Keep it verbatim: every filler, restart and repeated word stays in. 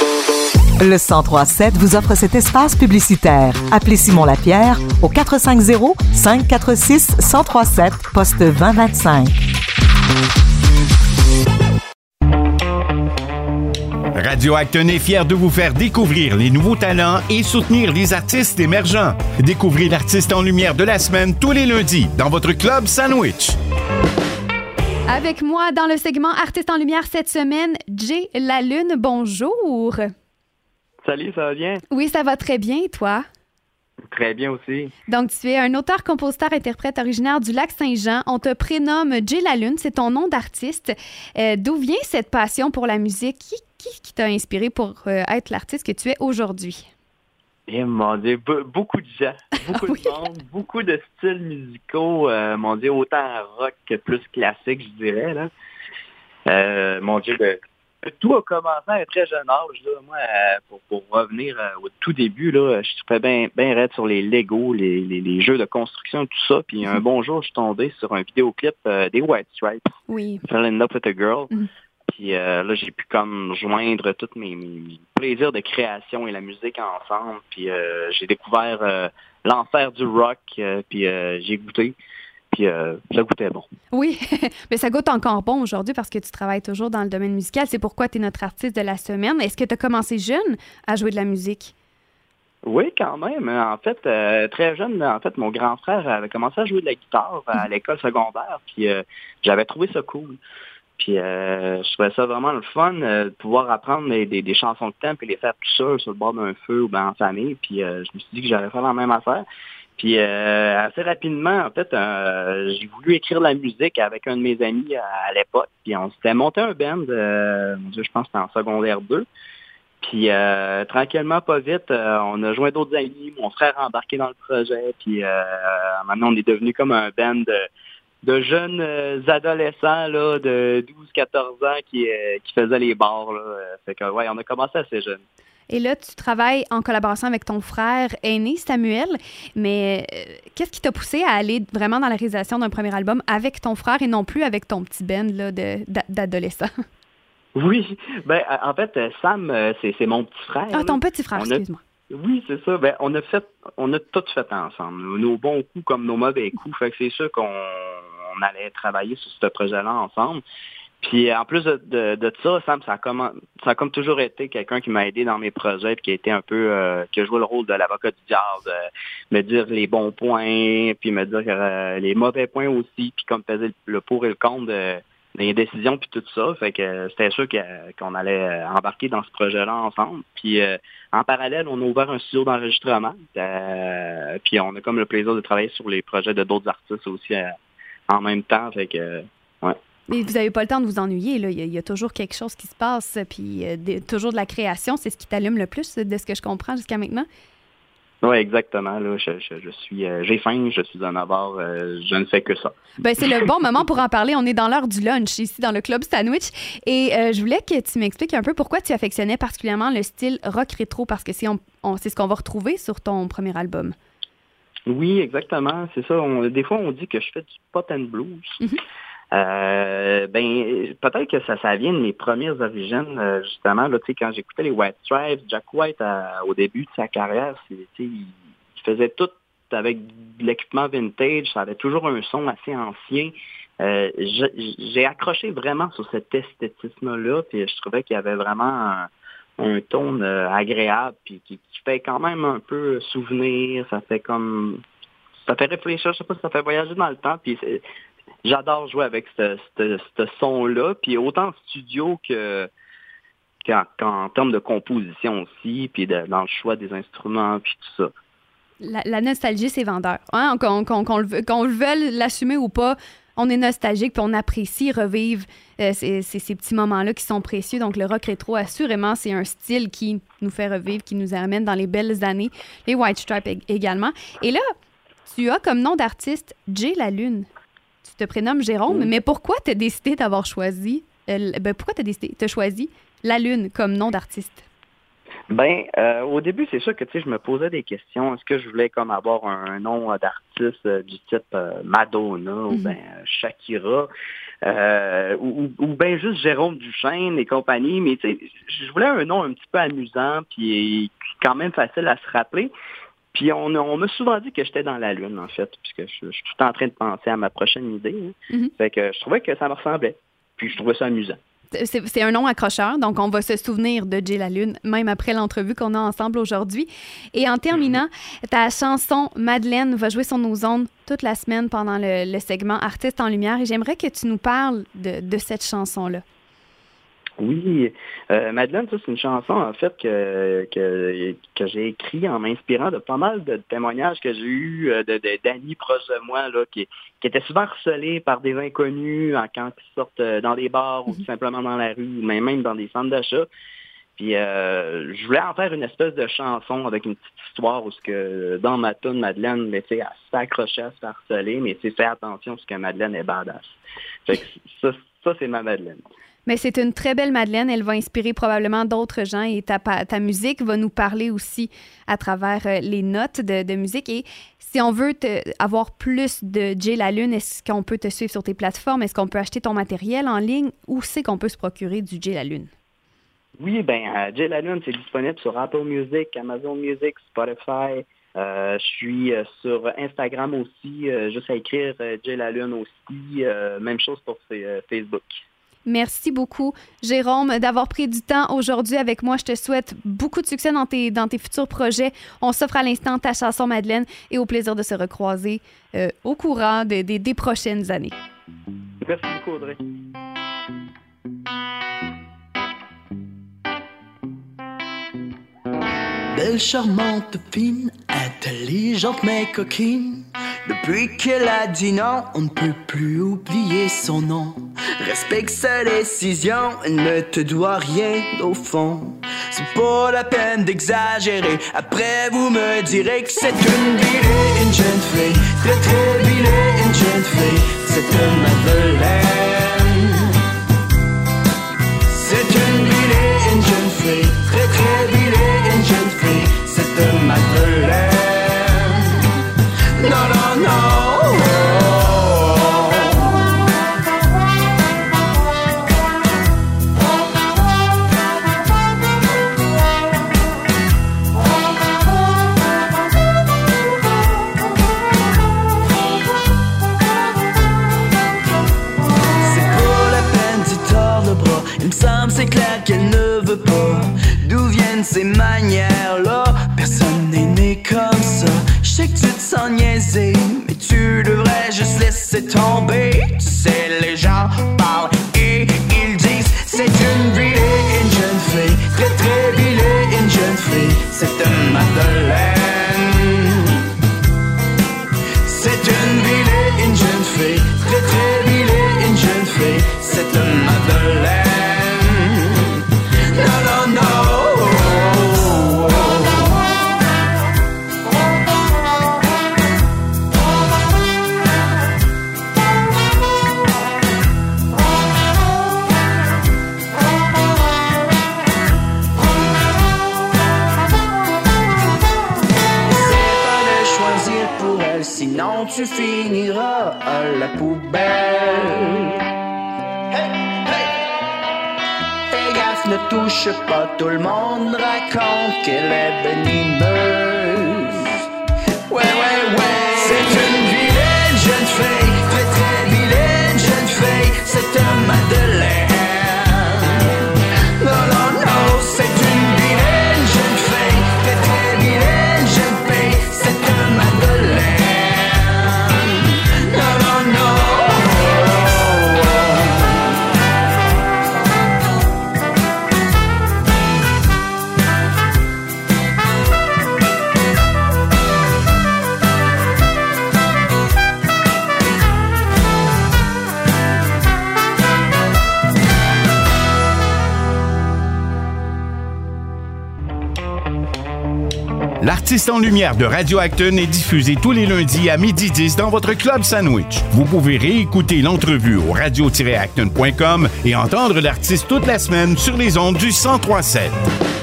Le cent trois sept vous offre cet espace publicitaire. Appelez Simon Lapierre au quatre cinq zéro, cinq quatre six, un zéro trois sept, poste vingt vingt-cinq. Radio Acton est fier de vous faire découvrir les nouveaux talents et soutenir les artistes émergents. Découvrez l'artiste en lumière de la semaine tous les lundis dans votre club Sandwich. Avec moi dans le segment Artistes en lumière cette semaine, Jay Lalune. Bonjour. Salut, ça va bien? Oui, ça va très bien, et toi? Très bien aussi. Donc, tu es un auteur, compositeur, interprète originaire du Lac-Saint-Jean. On te prénomme Jay Lalune, c'est ton nom d'artiste. Euh, d'où vient cette passion pour la musique? Qui, qui, qui t'a inspiré pour euh, être l'artiste que tu es aujourd'hui? Eh mon Dieu, be- beaucoup de gens, beaucoup oui. de monde, beaucoup de styles musicaux, euh, mon Dieu, autant rock que plus classique, je dirais. Là. Euh, mon Dieu, le, tout a commencé à un très jeune âge. Là. Moi, euh, pour, pour revenir euh, au tout début, là, je suis bien ben raide sur les Lego, les, les, les jeux de construction, tout ça. Puis un bon jour, je suis tombé sur un vidéoclip euh, des White Stripes. Oui. Fell in Love with a Girl. Mm. Puis euh, là, j'ai pu comme joindre tous mes, mes, mes plaisirs de création et la musique ensemble. Puis euh, j'ai découvert euh, l'enfer du rock. Euh, puis euh, j'ai goûté. Puis euh, ça goûtait bon. Oui, mais ça goûte encore bon aujourd'hui parce que tu travailles toujours dans le domaine musical. C'est pourquoi tu es notre artiste de la semaine. Est-ce que tu as commencé jeune à jouer de la musique? Oui, quand même. En fait, euh, très jeune, en fait, mon grand frère avait commencé à jouer de la guitare à l'école secondaire. Puis euh, j'avais trouvé ça cool. Puis euh, je trouvais ça vraiment le fun euh, de pouvoir apprendre des, des, des chansons de tempo et les faire tout seul sur le bord d'un feu ou bien en famille. Puis euh, je me suis dit que j'allais faire la même affaire. Puis euh, assez rapidement, en fait, euh, j'ai voulu écrire de la musique avec un de mes amis à, à l'époque. Puis on s'était monté un band, euh, mon Dieu, je pense que c'était en secondaire deux. Puis euh, tranquillement, pas vite, euh, on a joint d'autres amis. Mon frère a embarqué dans le projet. Puis euh, maintenant, on est devenu comme un band de, de jeunes euh, adolescents là, de douze quatorze ans qui, euh, qui faisaient les bars. Là. Fait que ouais, on a commencé assez jeune. Et là, tu travailles en collaboration avec ton frère aîné, Samuel. Mais euh, qu'est-ce qui t'a poussé à aller vraiment dans la réalisation d'un premier album avec ton frère et non plus avec ton petit band là, de, d'adolescent? Oui, ben en fait, Sam, c'est, c'est mon petit frère. Ah, ton petit frère, on excuse-moi. A, oui, c'est ça. Ben, on a fait, on a tout fait ensemble. Nos bons coups comme nos mauvais coups. Fait que c'est sûr qu'on on allait travailler sur ce projet-là ensemble. Puis en plus de, de, de ça, Sam, ça a, comme, ça a comme toujours été quelqu'un qui m'a aidé dans mes projets, puis qui a été un peu, euh, qui a joué le rôle de l'avocat du diable, euh, me dire les bons points, puis me dire euh, les mauvais points aussi, puis comme faisait le, le pour et le contre de, des décisions, puis tout ça. Fait que euh, c'était sûr que, qu'on allait embarquer dans ce projet-là ensemble. Puis euh, en parallèle, on a ouvert un studio d'enregistrement, euh, puis on a comme le plaisir de travailler sur les projets de d'autres artistes aussi euh, en même temps. Fait que, euh, ouais. Mais vous n'avez pas le temps de vous ennuyer, là. Il y a, il y a toujours quelque chose qui se passe, puis euh, de, toujours de la création. C'est ce qui t'allume le plus, de ce que je comprends jusqu'à maintenant? Oui, exactement. Là, je, je, je suis, euh, j'ai faim, je suis un avare, euh, je ne fais que ça. Ben, c'est le bon moment pour en parler. On est dans l'heure du lunch ici dans le Club Sandwich. Et euh, je voulais que tu m'expliques un peu pourquoi tu affectionnais particulièrement le style rock rétro, parce que c'est, on, on, c'est ce qu'on va retrouver sur ton premier album. Oui, exactement. C'est ça. On, des fois, on dit que je fais du pop and blues. Mm-hmm. Euh, ben, peut-être que ça, ça vient de mes premières origines, euh, justement, là, tu sais, quand j'écoutais les White Stripes, Jack White, à, au début de sa carrière, c'est, tu sais, il, il faisait tout avec de l'équipement vintage, ça avait toujours un son assez ancien. Euh, j'ai, j'ai accroché vraiment sur cet esthétisme-là, puis je trouvais qu'il y avait vraiment un, un ton euh, agréable, puis qui, qui fait quand même un peu souvenir, ça fait comme... ça fait réfléchir, je sais pas si ça fait voyager dans le temps, puis c'est, j'adore jouer avec ce, ce, ce son-là, puis autant en studio que qu'en, qu'en termes de composition aussi, puis de, dans le choix des instruments, puis tout ça. La, la nostalgie, c'est vendeur. Hein? Qu'on, qu'on, qu'on, le, qu'on le veuille l'assumer ou pas, on est nostalgique, puis on apprécie revivre euh, ces, ces, ces petits moments-là qui sont précieux. Donc, le rock rétro, assurément, c'est un style qui nous fait revivre, qui nous amène dans les belles années. Les White Stripes également. Et là, tu as comme nom d'artiste Jay Lalune. Tu te prénommes Jérôme, oui. Mais pourquoi tu as décidé d'avoir choisi, euh, ben pourquoi tu as décidé, t'as choisi Lalune comme nom d'artiste? Ben, euh, au début, c'est sûr que tu sais, je me posais des questions. Est-ce que je voulais comme avoir un, un nom d'artiste euh, du type euh, Madonna mm-hmm. ou ben Shakira? Euh, ou, ou bien juste Jérôme Duchesne et compagnie, mais tu sais, je voulais un nom un petit peu amusant, puis quand même facile à se rappeler. Puis on, on m'a souvent dit que j'étais dans la lune, en fait, puisque je, je suis tout en train de penser à ma prochaine idée. Hein. Mm-hmm. Fait que je trouvais que ça me ressemblait, puis je trouvais ça amusant. C'est, c'est un nom accrocheur, donc on va se souvenir de Jay Lalune, même après l'entrevue qu'on a ensemble aujourd'hui. Et en terminant, ta chanson « Madeleine » va jouer sur nos ondes toute la semaine pendant le, le segment « Artistes en lumière » et j'aimerais que tu nous parles de, de cette chanson-là. Oui, euh, Madeleine, ça c'est une chanson en fait que, que, que j'ai écrite en m'inspirant de pas mal de témoignages que j'ai eus de, de, d'amis proches de moi là, qui, qui étaient souvent harcelés par des inconnus en, quand ils sortent dans des bars ou tout simplement dans la rue, mais même dans des centres d'achat. Puis euh, je voulais en faire une espèce de chanson avec une petite histoire où ce que dans ma toune Madeleine, mais tu sais, elle s'accrochait à se faire harceler, mais tu sais, fais attention parce que Madeleine est badass. Fait que ça, ça c'est ma Madeleine. Mais c'est une très belle Madeleine. Elle va inspirer probablement d'autres gens et ta, ta musique va nous parler aussi à travers euh, les notes de, de musique. Et si on veut te, avoir plus de Jay Lalune, est-ce qu'on peut te suivre sur tes plateformes? Est-ce qu'on peut acheter ton matériel en ligne? Où c'est qu'on peut se procurer du Jay Lalune? Oui, bien, euh, Jay Lalune, c'est disponible sur Apple Music, Amazon Music, Spotify. Euh, je suis euh, sur Instagram aussi, euh, juste à écrire euh, Jay Lalune aussi. Euh, même chose pour euh, Facebook. Merci beaucoup, Jérôme, d'avoir pris du temps aujourd'hui avec moi. Je te souhaite beaucoup de succès dans tes, dans tes futurs projets. On s'offre à l'instant ta chanson Madeleine et au plaisir de se recroiser euh, au courant de, de, des prochaines années. Merci beaucoup, Audrey. Belle, charmante, fine, intelligente mais coquine. Depuis qu'elle a dit non, on ne peut plus oublier son nom. Respecte sa décision, elle ne te doit rien au fond. C'est pas la peine d'exagérer, après vous me direz que c'est une vilaine, une jeune fille. Très très vilaine, une jeune fille, c'est une Madeleine. C'est une vilaine, une jeune fille. Très très vilaine, une jeune fille, c'est une Madeleine. Non, non, non. Il me semble c'est clair qu'elle ne veut pas. D'où viennent ces manières-là? Personne n'est né comme ça. Je sais que tu te sens niaiser, mais tu devrais juste laisser tomber. Tu sais, les gens parlent et ils disent c'est une vilaine, une jeune fille. Très très vilaine, une jeune fille. C'est une Madeleine. C'est une vilaine, une jeune fille. Très très vilaine, une jeune fille. C'est une Madeleine. No, no, no. Sinon tu finiras à la poubelle. Hey, hey. Fais gaffe, ne touche pas, tout le monde raconte qu'elle est venimeuse. Ouais, ouais, ouais. C'est une vilaine jeune fille, très très vilaine jeune fille. C'est un Madeleine. Non, non, non, c'est une vilaine jeune fille, très très vilaine jeune fille. C'est un Madeleine. L'artiste en lumière de Radio Acton est diffusé tous les lundis à midi dix dans votre club sandwich. Vous pouvez réécouter l'entrevue au radio tiret acton point com et entendre l'artiste toute la semaine sur les ondes du cent trois sept.